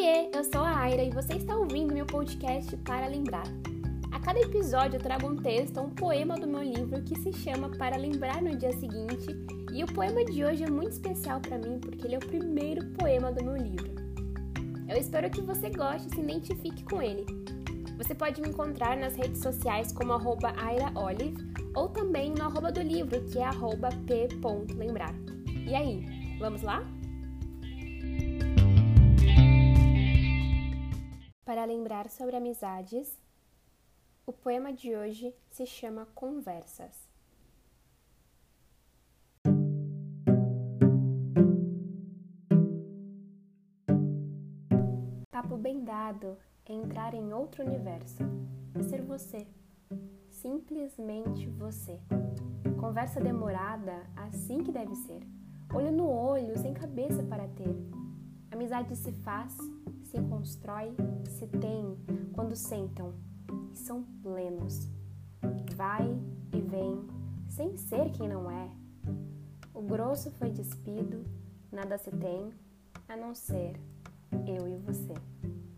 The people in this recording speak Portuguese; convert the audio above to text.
Oiê, eu sou a Aira e você está ouvindo meu podcast Para Lembrar. A cada episódio eu trago um texto ou um poema do meu livro que se chama Para Lembrar no Dia Seguinte, e o poema de hoje é muito especial para mim porque ele é o primeiro poema do meu livro. Eu espero que você goste e se identifique com ele. Você pode me encontrar nas redes sociais como @airaolive ou também no @ do livro, que é @p.lembrar. E aí, vamos lá? Para lembrar sobre amizades, o poema de hoje se chama Conversas. Papo bem dado é entrar em outro universo, é ser você, simplesmente você. Conversa demorada, assim que deve ser, olho no olho, sem cabeça para ter. Amizade se faz, se constrói, se tem quando sentam e são plenos. Vai e vem, sem ser quem não é. O grosso foi despido, nada se tem, a não ser eu e você.